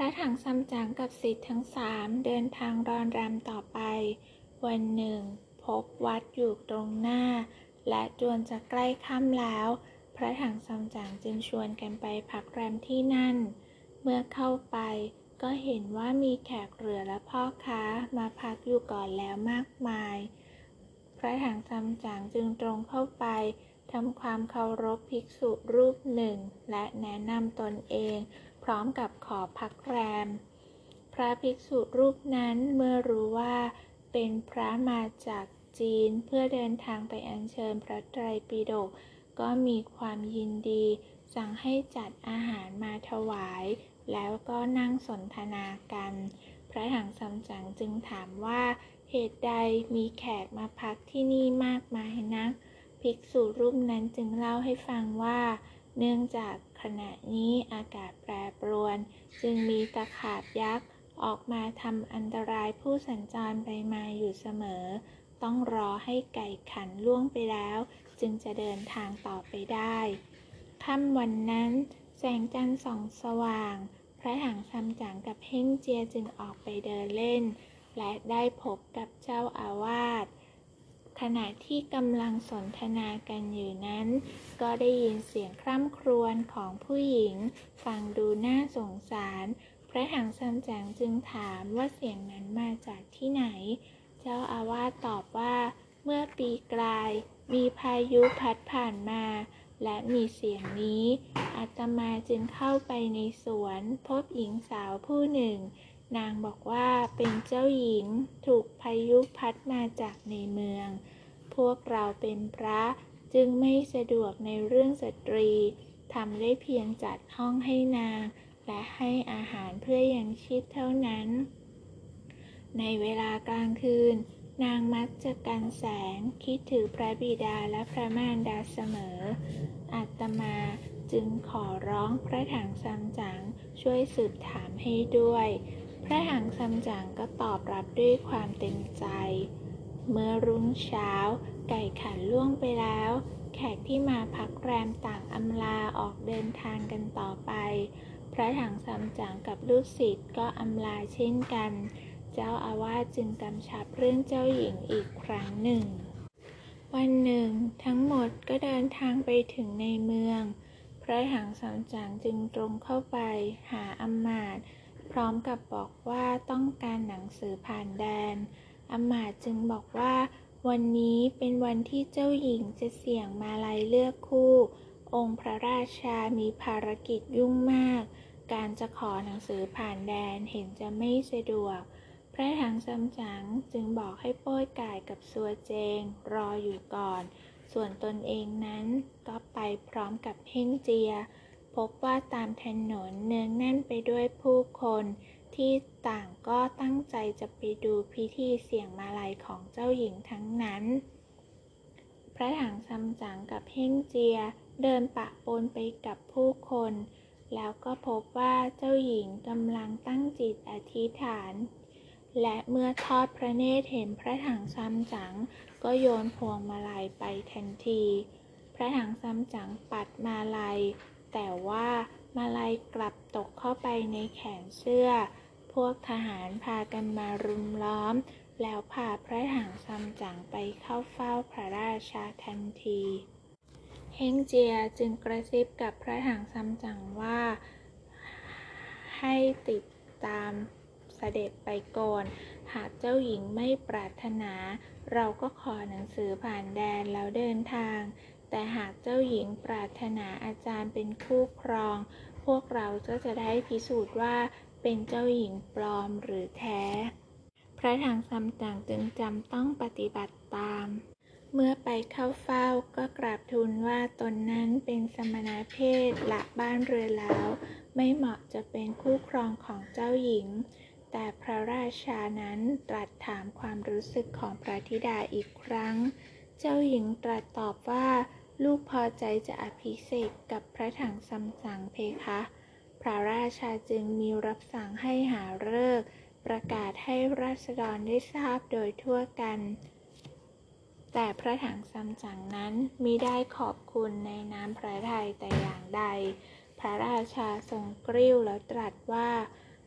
ระถังซัมจั๋งกับศิษย์ทั้ง3เดินทางรอนรำต่อไปวันหนึ่งพบวัดอยู่ตรงหน้าและจวนจะใกล้ค่ำแล้วพระถังซัมจั๋งจึงชวนกันไปพักแรมที่นั่นเมื่อเข้าไปก็เห็นว่ามีแขกเรือและพ่อค้ามาพักอยู่ก่อนแล้วมากมายพระถังซัมจั๋งจึงตรงเข้าไปทำความเคารพภิกษุรูปหนึ่งและแนะนำตนเองพร้อมกับขอพักแรมพระภิกษุรูปนั้นเมื่อรู้ว่าเป็นพระมาจากจีนเพื่อเดินทางไปอัญเชิญพระไตรปิฎกก็มีความยินดีสั่งให้จัดอาหารมาถวายแล้วก็นั่งสนทนากันพระถังซัมจั๋งจึงถามว่าเหตุใดมีแขกมาพักที่นี่มากมายนักภิกษุรูปนั้นจึงเล่าให้ฟังว่าเนื่องจากขณะนี้อากาศแปรปรวนจึงมีตะขาบยักษ์ออกมาทำอันตรายผู้สัญจรไปมาอยู่เสมอต้องรอให้ไก่ขันล่วงไปแล้วจึงจะเดินทางต่อไปได้ค่ำวันนั้นแสงจันทร์ส่องสว่างพระถังซัมจั๋งกับเฮ่งเจียจึงออกไปเดินเล่นและได้พบกับเจ้าอาวาสขณะที่กำลังสนทนากันอยู่นั้นก็ได้ยินเสียงคร่ำครวญของผู้หญิงฟังดูน่าสงสารพระถังซัมจั๋งจึงถามว่าเสียงนั้นมาจากที่ไหนเจ้าอาวาสตอบว่าเมื่อปีกลายมีพายุพัดผ่านมาและมีเสียงนี้อาตมาจึงเข้าไปในสวนพบหญิงสาวผู้หนึ่งนางบอกว่าเป็นเจ้าหญิงถูกพายุพัดมาจากในเมืองพวกเราเป็นพระจึงไม่สะดวกในเรื่องสตรีทำได้เพียงจัดห้องให้นางและให้อาหารเพื่อยังชีพเท่านั้นในเวลากลางคืนนางมักจะกันแสงคิดถึงพระบิดาและพระมารดาเสมออาตมาจึงขอร้องพระถังซัมจั๋งช่วยสืบถามให้ด้วยพระถังซัมจั๋งก็ตอบรับด้วยความเต็มใจเมื่อรุ่งเช้าไก่ขันล่วงไปแล้วแขกที่มาพักแรมต่างอำลาออกเดินทางกันต่อไปพระถังซัมจั๋งกับลูกศิษย์ก็อำลาเช่นกันเจ้าอาวาสจึงกำชับเรื่องเจ้าหญิงอีกครั้งหนึ่งวันหนึ่งทั้งหมดก็เดินทางไปถึงในเมืองพระถังซัมจั๋งจึงตรงเข้าไปหาอำมาตย์พร้อมกับบอกว่าต้องการหนังสือผ่านแดนอำมาตย์จึงบอกว่าวันนี้เป็นวันที่เจ้าหญิงจะเสี่ยงมาลัยเลือกคู่องค์พระราชามีภารกิจยุ่งมากการจะขอหนังสือผ่านแดนเห็นจะไม่สะดวกพระถังซัมจั๋งจึงบอกให้โป้ยก่ายกับซัวเจงรออยู่ก่อนส่วนตนเองนั้นก็ไปพร้อมกับเฮ่งเจียพบว่าตามถนนเนืองแน่นไปด้วยผู้คนที่ต่างก็ตั้งใจจะไปดูพิธีเสี่ยงมาลัยของเจ้าหญิงทั้งนั้นพระถังซัมจั๋งกับเฮ่งเจียเดินปะปนไปกับผู้คนแล้วก็พบว่าเจ้าหญิงกำลังตั้งจิตอธิษฐานและเมื่อทอดพระเนตรเห็นพระถังซัมจั๋งก็โยนพวงมาลัยไปทันทีพระถังซัมจั๋งปัดมาลัยแต่ว่ามาลัยกลับตกเข้าไปในแขนเสื้อพวกทหารพากันมารุมล้อมแล้วพาพระถังซัมจั๋งไปเข้าเฝ้าพระราชาทันทีเฮ่งเจียจึงกระซิบกับพระถังซัมจั๋งว่าให้ติดตามเสด็จไปก่อนหากเจ้าหญิงไม่ปรารถนาเราก็ขอหนังสือผ่านแดนแล้วเดินทางแต่หากเจ้าหญิงปรารถนาอาจารย์เป็นคู่ครองพวกเราก็จะได้พิสูจน์ว่าเป็นเจ้าหญิงปลอมหรือแท้พระถังซัมจั๋งจึงจำต้องปฏิบัติตามเมื่อไปเข้าเฝ้าก็กราบทูลว่าตนนั้นเป็นสมณเพศละบ้านเรือนแล้วไม่เหมาะจะเป็นคู่ครองของเจ้าหญิงแต่พระราชานั้นตรัสถามความรู้สึกของพระธิดาอีกครั้งเจ้าหญิงตรัสตอบว่าลูกพอใจจะอภิเษกกับพระถังซัมจั๋งเพคะพระราชาจึงมีรับสั่งให้หาฤกษ์ประกาศให้ราษฎรได้ทราบโดยทั่วกันแต่พระถังซัมจั๋งนั้นมิได้ขอบคุณในน้ำพระทัยแต่อย่างใดพระราชาทรงกริ้วแล้วตรัสว่า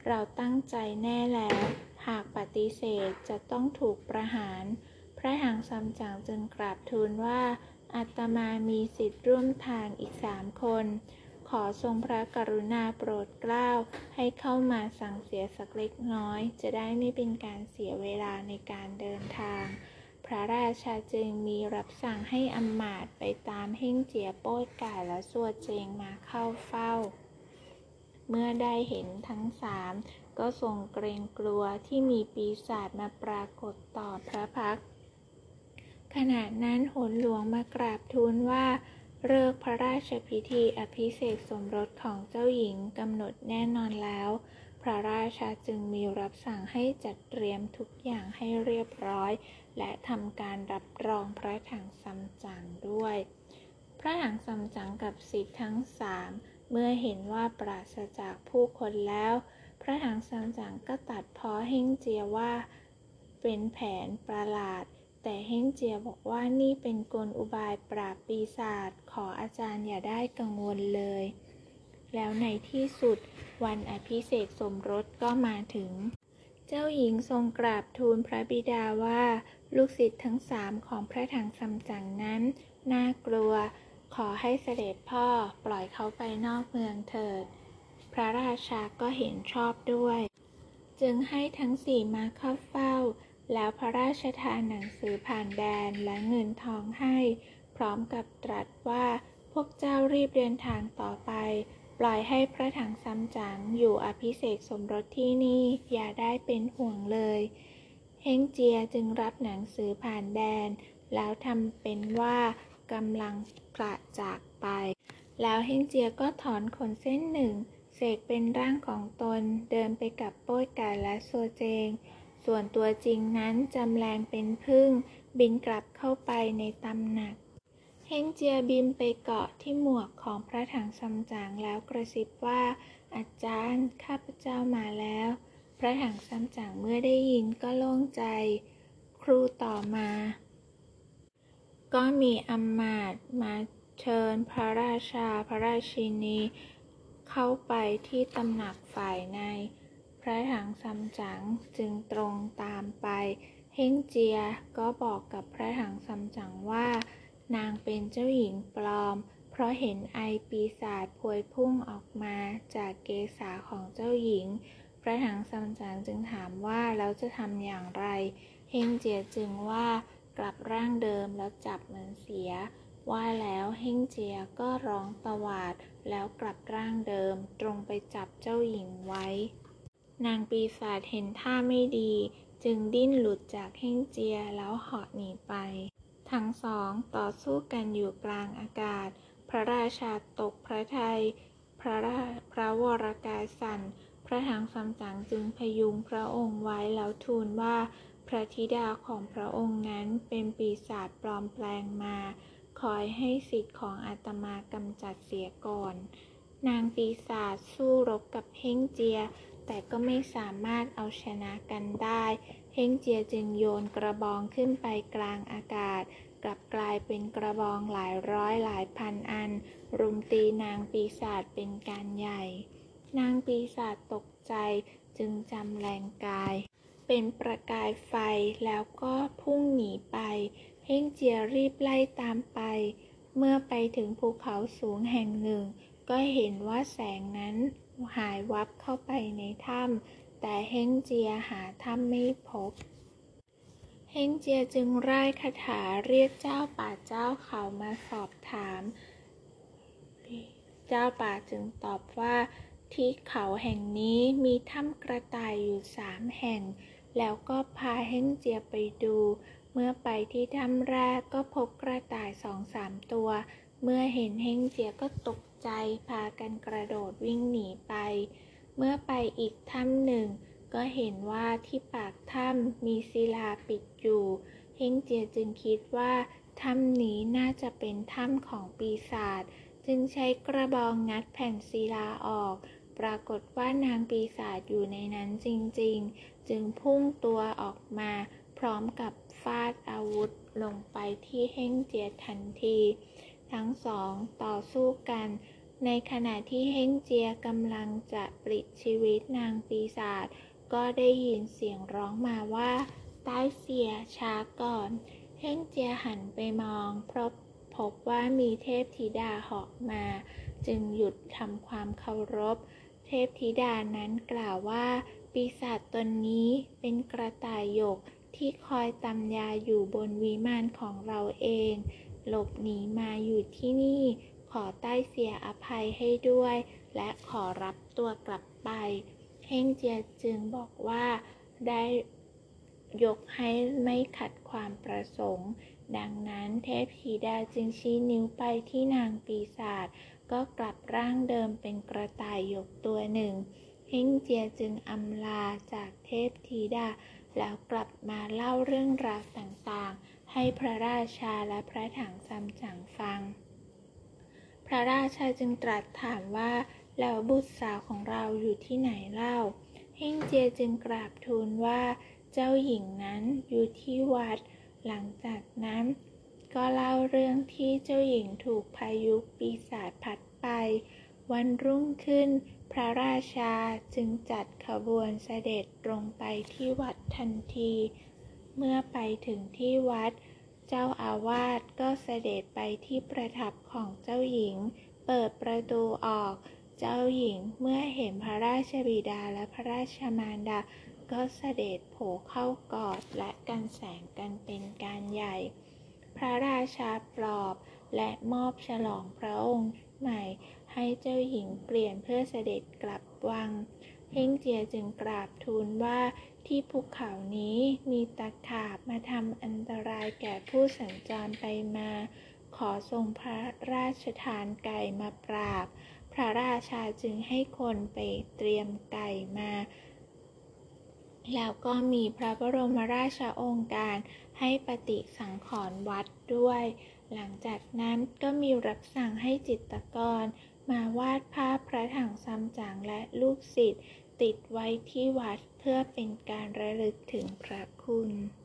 เราตั้งใจแน่แล้ว หากปฏิเสธจะต้องถูกประหาร พระหังซัมจั๋งจึงกราบทูลว่าอาตมามีศิษย์ร่วมทางอีก3 คน ขอทรงพระกรุณาโปรดเกล้าให้เข้ามาสั่งเสียสักเล็กน้อย จะได้ไม่เป็นการเสียเวลาในการเดินทาง พระราชาจึงมีรับสั่งให้อำมาตย์ไปตามเฮ่งเจียโป้ยก่ายและซัวเจงมาเข้าเฝ้า เมื่อได้เห็นทั้ง3ก็ทรงเกรงกลัวที่มีปีศาจมาปรากฏต่อพระพักตร์ขณะนั้นโหนหลวงมากราบทูลว่าฤกษ์พระราชพิธีอภิเษกสมรสของเจ้าหญิงกำหนดแน่นอนแล้ว พระราชาจึงมีรับสั่งให้จัดเตรียมทุกอย่างให้เรียบร้อยและทำการรับรองพระถังซัมจั๋งด้วย พระถังซัมจั๋งกับศิษย์ทั้ง3เมื่อเห็นว่าปราศจากผู้คนแล้ว พระถังซัมจั๋งก็ตัดพ้อเฮ่งเจียว่าเป็นแผนประหลาด แต่เฮ่งเจียบอกว่านี่เป็นกลอุบายปราบปีศาจ ขออาจารย์อย่าได้กังวลเลย แล้วในที่สุดวันอภิเษกสมรสก็มาถึง เจ้าหญิงทรงกราบทูลพระบิดาว่าลูกศิษย์ทั้ง3ของพระถังซัมจั๋งนั้นน่ากลัว ขอให้เสด็จพ่อปล่อยเขาไปนอกเมืองเถิด พระราชาก็เห็นชอบด้วย จึงให้ทั้ง4มาเข้าเฝ้า แล้วพระราชทานหนังสือผ่านแดนและเงินทองให้ พร้อมกับตรัสว่าพวกเจ้ารีบเดินทางต่อไป ปล่อยให้พระถังซัมจั๋งอยู่อภิเษกสมรสที่นี่อย่าได้เป็นห่วงเลย เฮ่งเจียจึงรับหนังสือผ่านแดน แล้วทำเป็นว่ากำลังกระจากไป แล้วเฮ่งเจียก็ถอนขนเส้นหนึ่งเสกเป็นร่างของตนเดินไปกับโป้ยก่ายและซัวเจง ส่วนตัวจริงนั้นจำแรงเป็นผึ้งบินกลับเข้าไปในตำหนัก เฮ่งเจียบินไปเกาะที่หมวกของพระถังซัมจั๋งแล้วกระซิบว่าอาจารย์ข้าพเจ้ามาแล้ว พระถังซัมจั๋งเมื่อได้ยินก็โล่งใจ ครู่ต่อมาก็มีอำมาตย์มาเชิญพระราชาพระราชินีเข้าไปที่ตำหนักฝ่ายใน พระถังซัมจั๋งจึงตรงตามไป เฮ่งเจียก็บอกกับพระถังซัมจั๋งว่านางเป็นเจ้าหญิงปลอม เพราะเห็นไอปีศาจพวยพุ่งออกมาจากเกศาของเจ้าหญิง พระถังซัมจั๋งจึงถามว่าแล้วจะทำอย่างไร เฮ่งเจียจึงว่ากลับร่างเดิมแล้วจับมันเสีย ว่าแล้วเฮ่งเจียก็ร้องตวาดแล้วกลับร่างเดิมตรงไปจับเจ้าหญิงไว้ นางปีศาจเห็นท่าไม่ดีจึงดิ้นหลุดจากเฮ่งเจียแล้วเหาะหนีไป ทั้งสองต่อสู้กันอยู่กลางอากาศ พระราชาตกพระทัย พระวรกายสั่น พระถังซัมจั๋งจึงพยุงพระองค์ไว้แล้วทูลว่าพระธิดาของพระองค์นั้นเป็นปีศาจปลอมแปลงมาคอยให้ศิษย์ของอาตมากำจัดเสียก่อน นางปีศาจสู้รบกับเฮ่งเจียแต่ก็ไม่สามารถเอาชนะกันได้ เฮ่งเจียจึงโยนกระบองขึ้นไปกลางอากาศกลับกลายเป็นกระบองหลายร้อยหลายพันอันรุมตีนางปีศาจเป็นการใหญ่ นางปีศาจตกใจจึงจำแรงกายเป็นประกายไฟแล้วก็พุ่งหนีไป เฮ่งเจียรีบไล่ตามไป เมื่อไปถึงภูเขาสูงแห่งหนึ่งก็เห็นว่าแสงนั้นหายวับเข้าไปในถ้ำแต่เฮ่งเจียหาถ้ำไม่พบ เฮ่งเจียจึงร่ายคาถาเรียกเจ้าป่าเจ้าเขามาสอบถาม เจ้าป่าจึงตอบว่าที่เขาแห่งนี้มีถ้ำกระต่ายอยู่3 แห่ง แล้วก็พาเฮ่งเจียไปดู เมื่อไปที่ถ้ำแรกก็พบกระต่าย2-3 ตัว เมื่อเห็นเฮ่งเจียก็ตกใจพากันกระโดดวิ่งหนีไป เมื่อไปอีกถ้ำหนึ่งก็เห็นว่าที่ปากถ้ำมีศิลาปิดอยู่ เฮ่งเจียจึงคิดว่าถ้ำนี้น่าจะเป็นถ้ำของปีศาจจึงใช้กระบองงัดแผ่นศิลาออก ปรากฏว่านางปีศาจอยู่ในนั้นจริงๆ จึงพุ่งตัวออกมาพร้อมกับฟาดอาวุธลงไปที่เฮ่งเจียทันที ทั้งสองต่อสู้กันในขณะที่เฮ่งเจียกำลังจะปลิดชีวิตนางปีศาจก็ได้ยินเสียงร้องมาว่าใต้เสียช้าก่อนเฮ่งเจียหันไปมองพบว่ามีเทพธิดาเหาะมาจึงหยุดทำความเคารพเทพธิดานั้นกล่าวว่าปีศาจตนนี้เป็นกระต่ายหยกที่คอยตำยาอยู่บนวิมานของเราเองหลบหนีมาอยู่ที่นี่ขอใต้เสียอภัยให้ด้วยและขอรับตัวกลับไปเฮ่งเจียจึงบอกว่าได้ยกให้ไม่ขัดความประสงค์ดังนั้นเทพธิดาจึงชี้นิ้วไปที่นางปีศาจก็กลับร่างเดิมเป็นกระต่ายหยกตัวหนึ่งเฮ่งเจียจึงอำลาจากเทพธิดาแล้วกลับมาเล่าเรื่องราวต่างๆให้พระราชาและพระถังซัมจั๋งฟังพระราชาจึงตรัสถามว่าแล้วบุตรสาวของเราอยู่ที่ไหนเล่าเฮ่งเจียจึงกราบทูลว่าเจ้าหญิงนั้นอยู่ที่วัดหลังจากนั้นก็เล่าเรื่องที่เจ้าหญิงถูกพายุปีศาจพัดไปวันรุ่งขึ้นพระราชาจึงจัดขบวนเสด็จตรงไปที่วัดทันทีเมื่อไปถึงที่วัดเจ้าอาวาสก็เสด็จไปที่ประทับของเจ้าหญิงเปิดประตูออกเจ้าหญิงเมื่อเห็นพระราชบิดาและพระราชมารดาก็เสด็จโผเข้ากอดและกันแสงกันเป็นการใหญ่พระราชาปลอบและมอบฉลองพระองค์ใหม่ให้เจ้าหญิงเปลี่ยนเพื่อเสด็จกลับวังเฮ่งเจียจึงกราบทูลว่าที่ภูเขานี้มีตะขาบมาทำอันตรายแก่ผู้สัญจรไปมาขอทรงพระราชทานไก่มาปราบพระราชาจึงให้คนไปเตรียมไก่มาแล้วก็มีพระบรมราชโองการให้ปฏิสังขรณ์วัดด้วยหลังจากนั้นก็มีรับสั่งให้จิตรกรมาวาดภาพพระถังซัมจั๋งและลูกศิษย์ติดไว้ที่วัดเพื่อเป็นการระลึกถึงพระคุณ